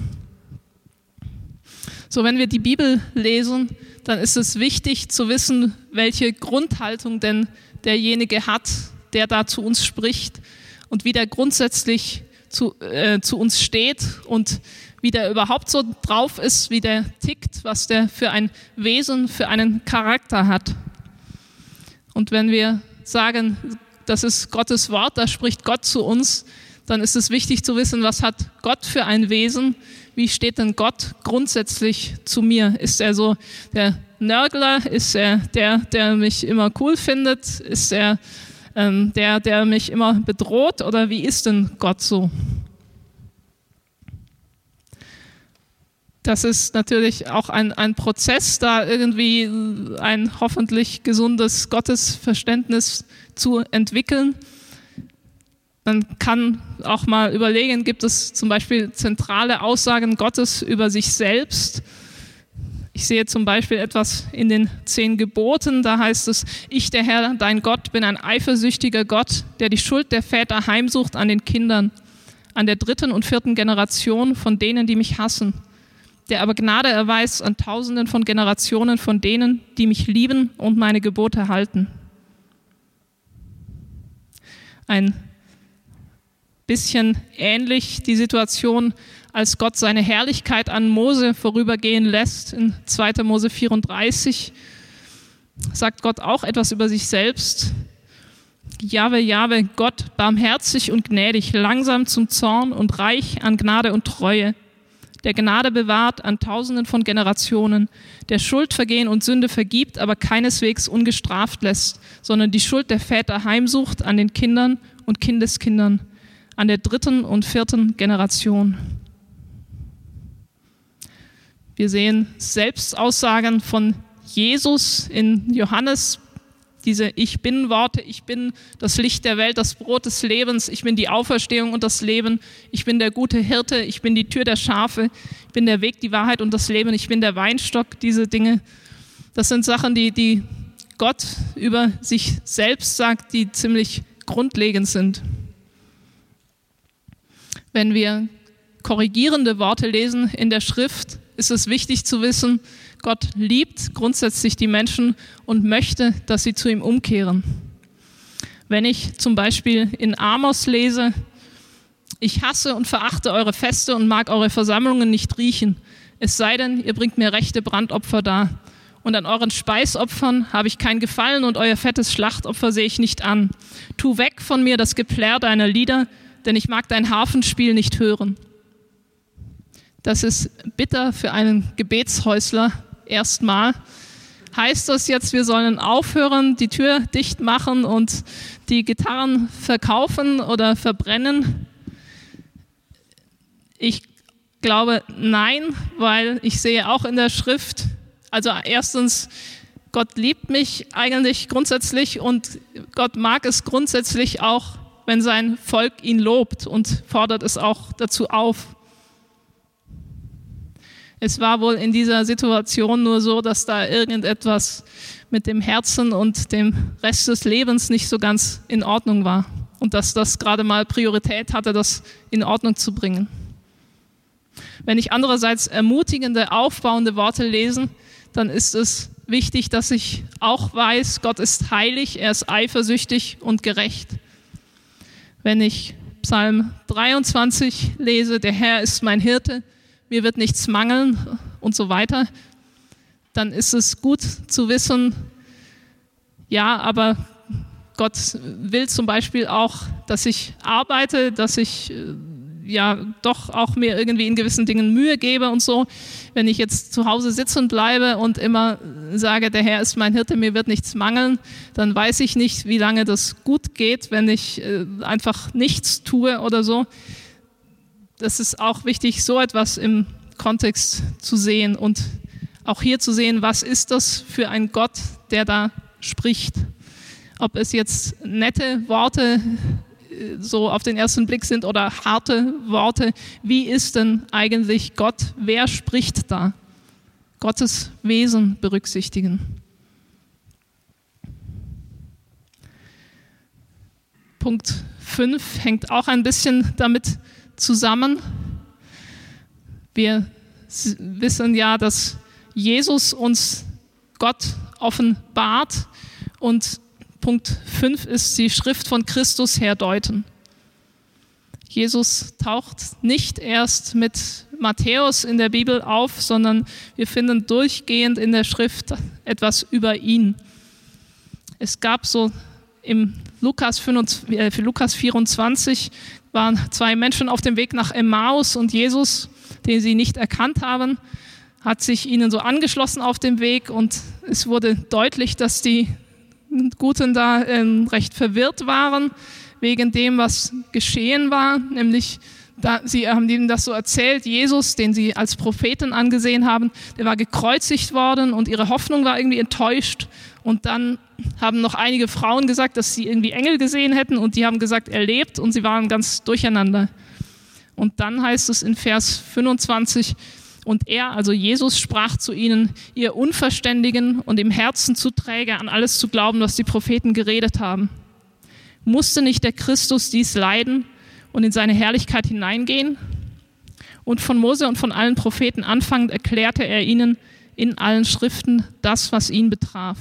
So, wenn wir die Bibel lesen, dann ist es wichtig zu wissen, welche Grundhaltung denn derjenige hat, der da zu uns spricht und wie der grundsätzlich zu uns steht und wie der überhaupt so drauf ist, wie der tickt, was der für ein Wesen, für einen Charakter hat. Und wenn wir sagen, das ist Gottes Wort, da spricht Gott zu uns, dann ist es wichtig zu wissen, was hat Gott für ein Wesen, wie steht denn Gott grundsätzlich zu mir? Ist er so der Nörgler? Ist er der mich immer cool findet? Ist er der mich immer bedroht? Oder wie ist denn Gott so? Das ist natürlich auch ein Prozess, da irgendwie ein hoffentlich gesundes Gottesverständnis zu entwickeln. Man kann auch mal überlegen, gibt es zum Beispiel zentrale Aussagen Gottes über sich selbst? Ich sehe zum Beispiel etwas in den 10 Geboten, da heißt es, ich, der Herr, dein Gott, bin ein eifersüchtiger Gott, der die Schuld der Väter heimsucht an den Kindern, an der 3. und 4. Generation von denen, die mich hassen, der aber Gnade erweist an Tausenden von Generationen von denen, die mich lieben und meine Gebote halten. Ein bisschen ähnlich die Situation, als Gott seine Herrlichkeit an Mose vorübergehen lässt. In 2. Mose 34 sagt Gott auch etwas über sich selbst. Jahwe, Jahwe, Gott, barmherzig und gnädig, langsam zum Zorn und reich an Gnade und Treue, der Gnade bewahrt an Tausenden von Generationen, der Schuldvergehen und Sünde vergibt, aber keineswegs ungestraft lässt, sondern die Schuld der Väter heimsucht an den Kindern und Kindeskindern, an der 3. und 4. Generation. Wir sehen Selbstaussagen von Jesus in Johannes, diese Ich-Bin-Worte, ich bin das Licht der Welt, das Brot des Lebens, ich bin die Auferstehung und das Leben, ich bin der gute Hirte, ich bin die Tür der Schafe, ich bin der Weg, die Wahrheit und das Leben, ich bin der Weinstock, diese Dinge. Das sind Sachen, die Gott über sich selbst sagt, die ziemlich grundlegend sind. Wenn wir korrigierende Worte lesen in der Schrift, ist es wichtig zu wissen, Gott liebt grundsätzlich die Menschen und möchte, dass sie zu ihm umkehren. Wenn ich zum Beispiel in Amos lese, ich hasse und verachte eure Feste und mag eure Versammlungen nicht riechen, es sei denn, ihr bringt mir rechte Brandopfer dar. Und an euren Speisopfern habe ich kein Gefallen und euer fettes Schlachtopfer sehe ich nicht an. Tu weg von mir das Geplärr deiner Lieder, denn ich mag dein Harfenspiel nicht hören. Das ist bitter für einen Gebetshäusler erstmal. Heißt das jetzt, wir sollen aufhören, die Tür dicht machen und die Gitarren verkaufen oder verbrennen? Ich glaube, nein, weil ich sehe auch in der Schrift, also erstens, Gott liebt mich eigentlich grundsätzlich und Gott mag es grundsätzlich auch, wenn sein Volk ihn lobt und fordert es auch dazu auf. Es war wohl in dieser Situation nur so, dass da irgendetwas mit dem Herzen und dem Rest des Lebens nicht so ganz in Ordnung war und dass das gerade mal Priorität hatte, das in Ordnung zu bringen. Wenn ich andererseits ermutigende, aufbauende Worte lese, dann ist es wichtig, dass ich auch weiß, Gott ist heilig, er ist eifersüchtig und gerecht. Wenn ich Psalm 23 lese, der Herr ist mein Hirte, mir wird nichts mangeln und so weiter, dann ist es gut zu wissen, ja, aber Gott will zum Beispiel auch, dass ich arbeite, dass ich ja doch auch mir irgendwie in gewissen Dingen Mühe gebe und so. Wenn ich jetzt zu Hause sitzen bleibe und immer sage, der Herr ist mein Hirte, mir wird nichts mangeln, dann weiß ich nicht, wie lange das gut geht, wenn ich einfach nichts tue oder so. Das ist auch wichtig, so etwas im Kontext zu sehen und auch hier zu sehen, was ist das für ein Gott, der da spricht. Ob es jetzt nette Worte so auf den ersten Blick sind oder harte Worte. Wie ist denn eigentlich Gott? Wer spricht da? Gottes Wesen berücksichtigen. Punkt 5 hängt auch ein bisschen damit zusammen. Wir wissen ja, dass Jesus uns Gott offenbart und Punkt 5 ist die Schrift von Christus her deuten. Jesus taucht nicht erst mit Matthäus in der Bibel auf, sondern wir finden durchgehend in der Schrift etwas über ihn. Es gab so im Lukas 24 waren 2 Menschen auf dem Weg nach Emmaus und Jesus, den sie nicht erkannt haben, hat sich ihnen so angeschlossen auf dem Weg und es wurde deutlich, dass die Guten da recht verwirrt waren wegen dem, was geschehen war, nämlich sie haben ihnen das so erzählt, Jesus, den sie als Propheten angesehen haben, der war gekreuzigt worden und ihre Hoffnung war irgendwie enttäuscht und dann haben noch einige Frauen gesagt, dass sie irgendwie Engel gesehen hätten und die haben gesagt, er lebt und sie waren ganz durcheinander. Und dann heißt es in Vers 25, und er, also Jesus, sprach zu ihnen, ihr Unverständigen und im Herzen zu träge, an alles zu glauben, was die Propheten geredet haben. Musste nicht der Christus dies leiden und in seine Herrlichkeit hineingehen? Und von Mose und von allen Propheten anfangend erklärte er ihnen in allen Schriften das, was ihn betraf.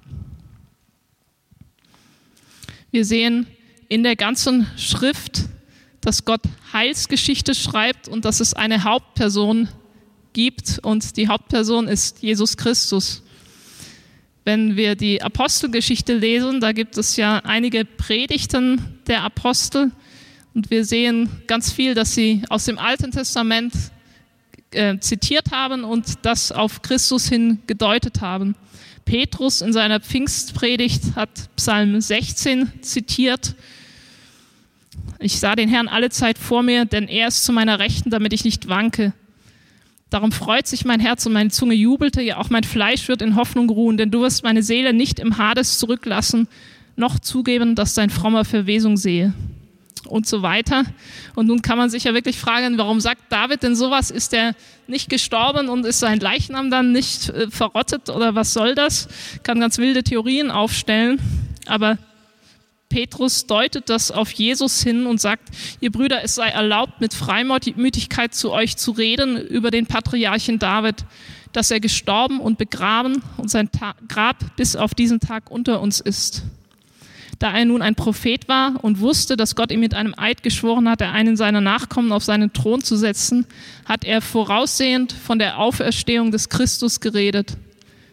Wir sehen in der ganzen Schrift, dass Gott Heilsgeschichte schreibt und dass es eine Hauptperson gibt und die Hauptperson ist Jesus Christus. Wenn wir die Apostelgeschichte lesen, da gibt es ja einige Predigten der Apostel und wir sehen ganz viel, dass sie aus dem Alten Testament zitiert haben und das auf Christus hin gedeutet haben. Petrus in seiner Pfingstpredigt hat Psalm 16 zitiert. Ich sah den Herrn alle Zeit vor mir, denn er ist zu meiner Rechten, damit ich nicht wanke. Darum freut sich mein Herz und meine Zunge jubelte, ja auch mein Fleisch wird in Hoffnung ruhen, denn du wirst meine Seele nicht im Hades zurücklassen, noch zugeben, dass dein frommer Verwesung sehe. Und so weiter. Und nun kann man sich ja wirklich fragen, warum sagt David denn sowas? Ist er nicht gestorben und ist sein Leichnam dann nicht verrottet oder was soll das? Kann ganz wilde Theorien aufstellen, aber Petrus deutet das auf Jesus hin und sagt, ihr Brüder, es sei erlaubt, mit Freimütigkeit zu euch zu reden über den Patriarchen David, dass er gestorben und begraben und sein Grab bis auf diesen Tag unter uns ist. Da er nun ein Prophet war und wusste, dass Gott ihm mit einem Eid geschworen hatte, einen seiner Nachkommen auf seinen Thron zu setzen, hat er voraussehend von der Auferstehung des Christus geredet.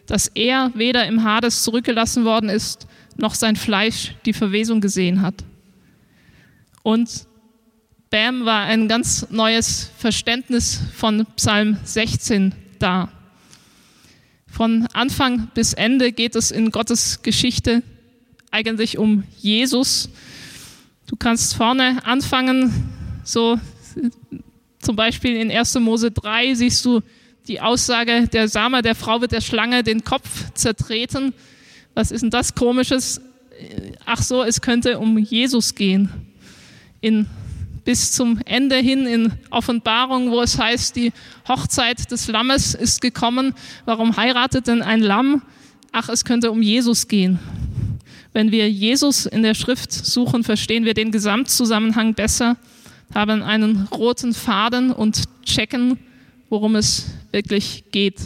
dass er weder im Hades zurückgelassen worden ist, noch sein Fleisch die Verwesung gesehen hat. Und bam, war ein ganz neues Verständnis von Psalm 16 da. Von Anfang bis Ende geht es in Gottes Geschichte eigentlich um Jesus. Du kannst vorne anfangen, so zum Beispiel in 1. Mose 3 siehst du die Aussage, der Same der Frau wird der Schlange den Kopf zertreten. Was ist denn das Komisches? Ach so, es könnte um Jesus gehen. Bis zum Ende hin in Offenbarung, wo es heißt, die Hochzeit des Lammes ist gekommen. Warum heiratet denn ein Lamm? Ach, es könnte um Jesus gehen. Wenn wir Jesus in der Schrift suchen, verstehen wir den Gesamtzusammenhang besser, haben einen roten Faden und checken, worum es wirklich geht.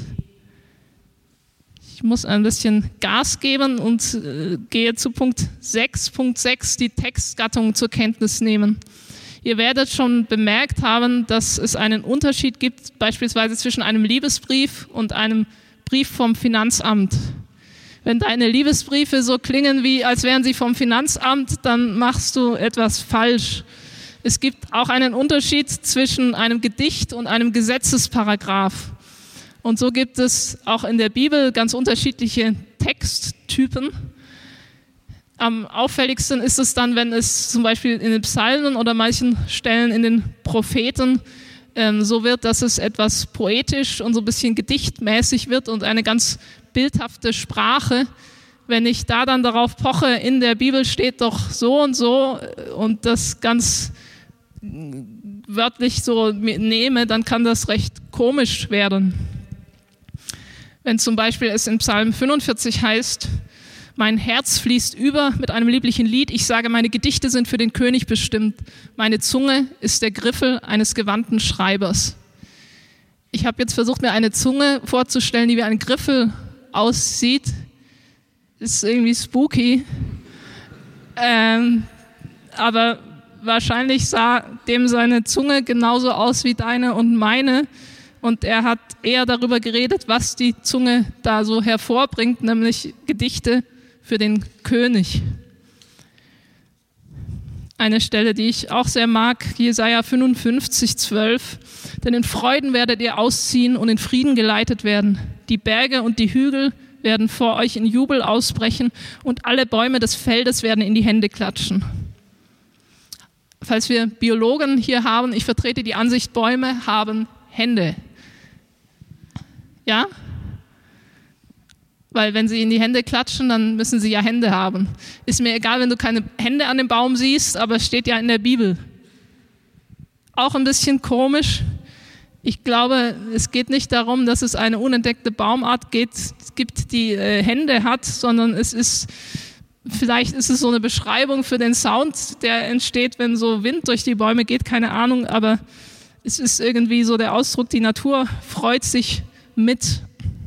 Ich muss ein bisschen Gas geben und gehe zu Punkt 6. Punkt 6, die Textgattung zur Kenntnis nehmen. Ihr werdet schon bemerkt haben, dass es einen Unterschied gibt, beispielsweise zwischen einem Liebesbrief und einem Brief vom Finanzamt. Wenn deine Liebesbriefe so klingen, wie als wären sie vom Finanzamt, dann machst du etwas falsch. Es gibt auch einen Unterschied zwischen einem Gedicht und einem Gesetzesparagraph. Und so gibt es auch in der Bibel ganz unterschiedliche Texttypen. Am auffälligsten ist es dann, wenn es zum Beispiel in den Psalmen oder manchen Stellen in den Propheten so wird, dass es etwas poetisch und so ein bisschen gedichtmäßig wird und eine ganz bildhafte Sprache. Wenn ich da dann darauf poche, in der Bibel steht doch so und das ganz wörtlich so nehme, dann kann das recht komisch werden. Wenn zum Beispiel es in Psalm 45 heißt, mein Herz fließt über mit einem lieblichen Lied. Ich sage, meine Gedichte sind für den König bestimmt. Meine Zunge ist der Griffel eines gewandten Schreibers. Ich habe jetzt versucht, mir eine Zunge vorzustellen, die wie ein Griffel aussieht. Ist irgendwie spooky. Aber wahrscheinlich sah dem seine Zunge genauso aus wie deine und meine. Und er hat eher darüber geredet, was die Zunge da so hervorbringt, nämlich Gedichte für den König. Eine Stelle, die ich auch sehr mag, Jesaja 55, 12. Denn in Freuden werdet ihr ausziehen und in Frieden geleitet werden. Die Berge und die Hügel werden vor euch in Jubel ausbrechen und alle Bäume des Feldes werden in die Hände klatschen. Falls wir Biologen hier haben, ich vertrete die Ansicht, Bäume haben Hände. Ja? Weil wenn sie in die Hände klatschen, dann müssen sie ja Hände haben. Ist mir egal, wenn du keine Hände an dem Baum siehst, aber es steht ja in der Bibel. Auch ein bisschen komisch. Ich glaube, es geht nicht darum, dass es eine unentdeckte Baumart gibt, die Hände hat, sondern vielleicht ist es so eine Beschreibung für den Sound, der entsteht, wenn so Wind durch die Bäume geht, keine Ahnung, aber es ist irgendwie so der Ausdruck, die Natur freut sich mit.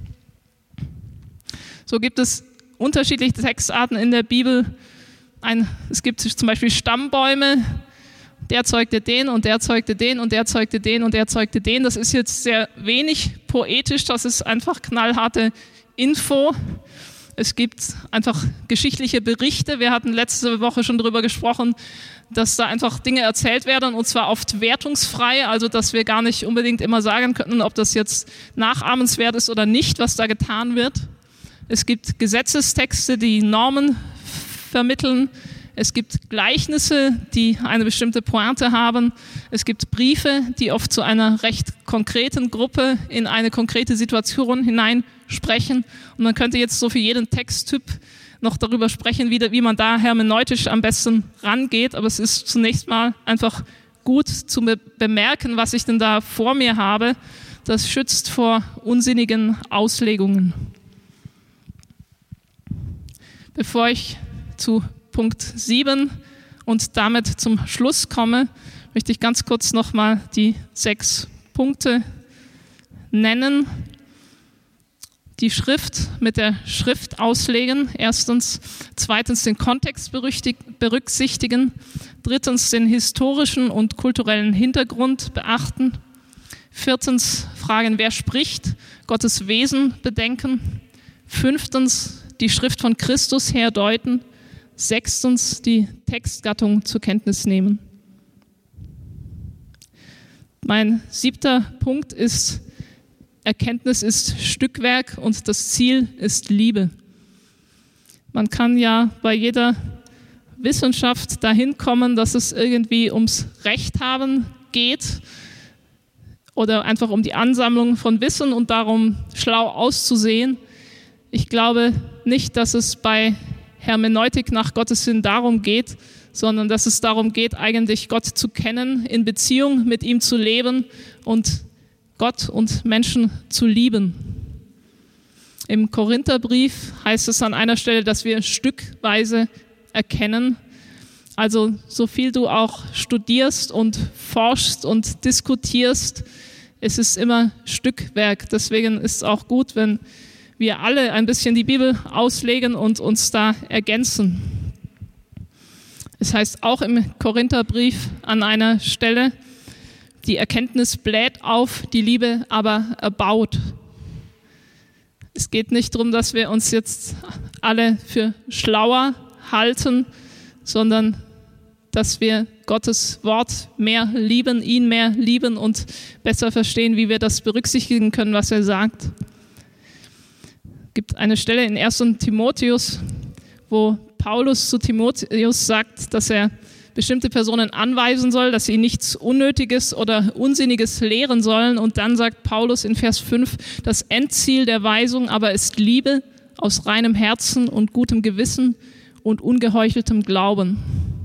So gibt es unterschiedliche Textarten in der Bibel. Es gibt zum Beispiel Stammbäume, der zeugte den und der zeugte den und der zeugte den und der zeugte den. Das ist jetzt sehr wenig poetisch, das ist einfach knallharte Info. Es gibt einfach geschichtliche Berichte. Wir hatten letzte Woche schon darüber gesprochen, dass da einfach Dinge erzählt werden und zwar oft wertungsfrei, also dass wir gar nicht unbedingt immer sagen können, ob das jetzt nachahmenswert ist oder nicht, was da getan wird. Es gibt Gesetzestexte, die Normen vermitteln. Es gibt Gleichnisse, die eine bestimmte Pointe haben. Es gibt Briefe, die oft zu einer recht konkreten Gruppe in eine konkrete Situation hineinsprechen. Und man könnte jetzt so für jeden Texttyp noch darüber sprechen, wie man da hermeneutisch am besten rangeht. Aber es ist zunächst mal einfach gut zu bemerken, was ich denn da vor mir habe. Das schützt vor unsinnigen Auslegungen. Bevor ich zu Punkt 7 und damit zum Schluss komme, möchte ich ganz kurz nochmal die 6 Punkte nennen. Die Schrift mit der Schrift auslegen, erstens. Zweitens den Kontext berücksichtigen. Drittens den historischen und kulturellen Hintergrund beachten. Viertens fragen, wer spricht, Gottes Wesen bedenken. 5. die Schrift von Christus her deuten. 6. die Textgattung zur Kenntnis nehmen. Mein 7. Punkt ist, Erkenntnis ist Stückwerk und das Ziel ist Liebe. Man kann ja bei jeder Wissenschaft dahin kommen, dass es irgendwie ums Recht haben geht oder einfach um die Ansammlung von Wissen und darum, schlau auszusehen. Ich glaube nicht, dass es bei Hermeneutik nach Gottes Sinn darum geht, sondern dass es darum geht, eigentlich Gott zu kennen, in Beziehung mit ihm zu leben und Gott und Menschen zu lieben. Im Korintherbrief heißt es an einer Stelle, dass wir stückweise erkennen. Also so viel du auch studierst und forschst und diskutierst, es ist immer Stückwerk. Deswegen ist es auch gut, wenn wir alle ein bisschen die Bibel auslegen und uns da ergänzen. Es heißt auch im Korintherbrief an einer Stelle, die Erkenntnis bläht auf, die Liebe aber erbaut. Es geht nicht darum, dass wir uns jetzt alle für schlauer halten, sondern dass wir Gottes Wort mehr lieben, ihn mehr lieben und besser verstehen, wie wir das berücksichtigen können, was er sagt. Es gibt eine Stelle in 1. Timotheus, wo Paulus zu Timotheus sagt, dass er bestimmte Personen anweisen soll, dass sie nichts Unnötiges oder Unsinniges lehren sollen. Und dann sagt Paulus in Vers 5, das Endziel der Weisung aber ist Liebe aus reinem Herzen und gutem Gewissen und ungeheucheltem Glauben.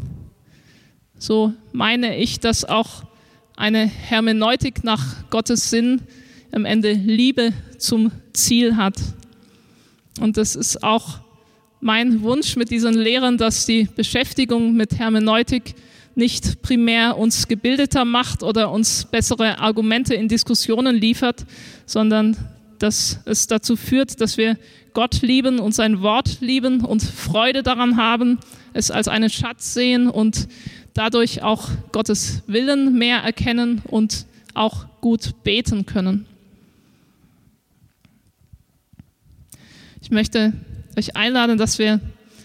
So meine ich, dass auch eine Hermeneutik nach Gottes Sinn am Ende Liebe zum Ziel hat. Und das ist auch mein Wunsch mit diesen Lehrern, dass die Beschäftigung mit Hermeneutik nicht primär uns gebildeter macht oder uns bessere Argumente in Diskussionen liefert, sondern dass es dazu führt, dass wir Gott lieben und sein Wort lieben und Freude daran haben, es als einen Schatz sehen und dadurch auch Gottes Willen mehr erkennen und auch gut beten können. Ich möchte euch einladen, dass wir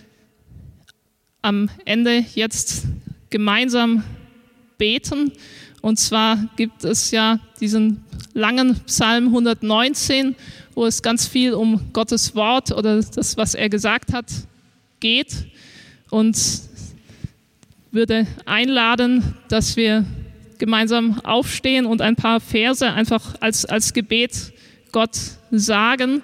am Ende jetzt gemeinsam beten. Und zwar gibt es ja diesen langen Psalm 119, wo es ganz viel um Gottes Wort oder das, was er gesagt hat, geht. Und würde einladen, dass wir gemeinsam aufstehen und ein paar Verse einfach als Gebet Gott sagen.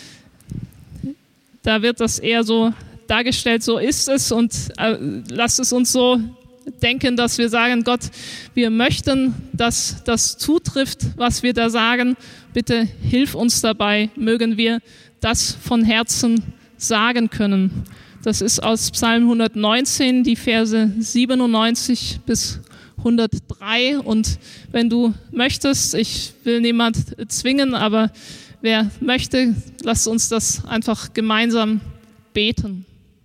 Da wird das eher so dargestellt, so ist es, und lasst es uns so denken, dass wir sagen, Gott, wir möchten, dass das zutrifft, was wir da sagen. Bitte hilf uns dabei, mögen wir das von Herzen sagen können. Das ist aus Psalm 119, die Verse 97 bis 103. Und wenn du möchtest, ich will niemand zwingen, aber wer möchte, lasst uns das einfach gemeinsam beten.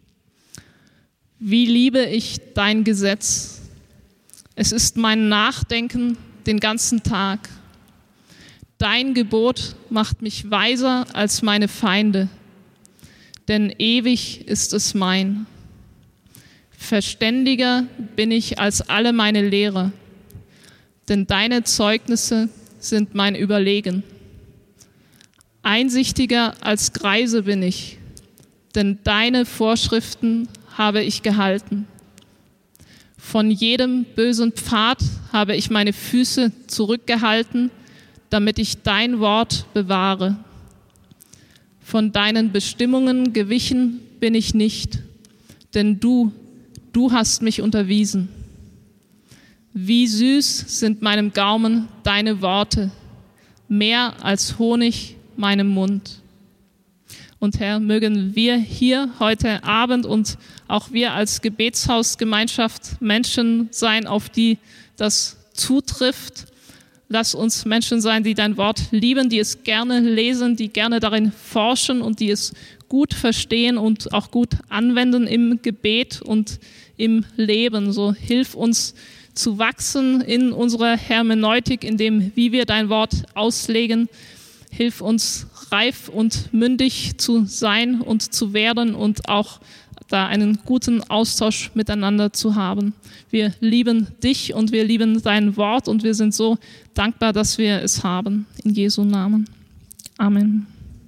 Wie liebe ich dein Gesetz? Es ist mein Nachdenken den ganzen Tag. Dein Gebot macht mich weiser als meine Feinde, denn ewig ist es mein. Verständiger bin ich als alle meine Lehrer, denn deine Zeugnisse sind mein Überlegen. Einsichtiger als Greise bin ich, denn deine Vorschriften habe ich gehalten. Von jedem bösen Pfad habe ich meine Füße zurückgehalten, damit ich dein Wort bewahre. Von deinen Bestimmungen gewichen bin ich nicht, denn du hast mich unterwiesen. Wie süß sind meinem Gaumen deine Worte, mehr als Honig meinem Mund. Und Herr, mögen wir hier heute Abend und auch wir als Gebetshausgemeinschaft Menschen sein, auf die das zutrifft. Lass uns Menschen sein, die dein Wort lieben, die es gerne lesen, die gerne darin forschen und die es gut verstehen und auch gut anwenden im Gebet und im Leben. So hilf uns zu wachsen in unserer Hermeneutik, in dem, wie wir dein Wort auslegen. Hilf uns, reif und mündig zu sein und zu werden und auch da einen guten Austausch miteinander zu haben. Wir lieben dich und wir lieben dein Wort und wir sind so dankbar, dass wir es haben. In Jesu Namen. Amen.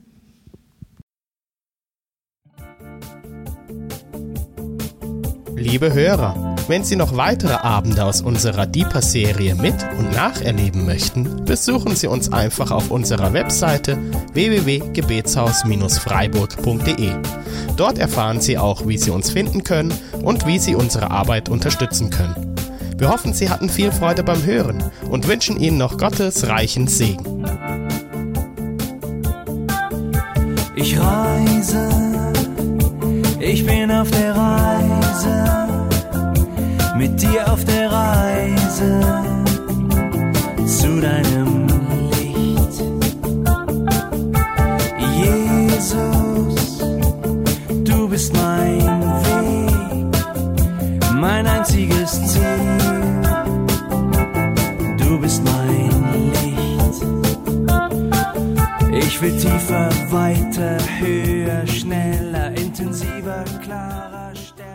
Liebe Hörer, wenn Sie noch weitere Abende aus unserer Deeper-Serie mit- und nacherleben möchten, besuchen Sie uns einfach auf unserer Webseite www.gebetshaus-freiburg.de. Dort erfahren Sie auch, wie Sie uns finden können und wie Sie unsere Arbeit unterstützen können. Wir hoffen, Sie hatten viel Freude beim Hören und wünschen Ihnen noch Gottes reichen Segen. Ich reise, ich bin auf der Reise, mit dir auf der Reise zu deinem Licht. Jesus, du bist mein Weg, mein einziges Ziel. Du bist mein Licht. Ich will tiefer, weiter, höher, schneller, intensiver, klarer, stärker.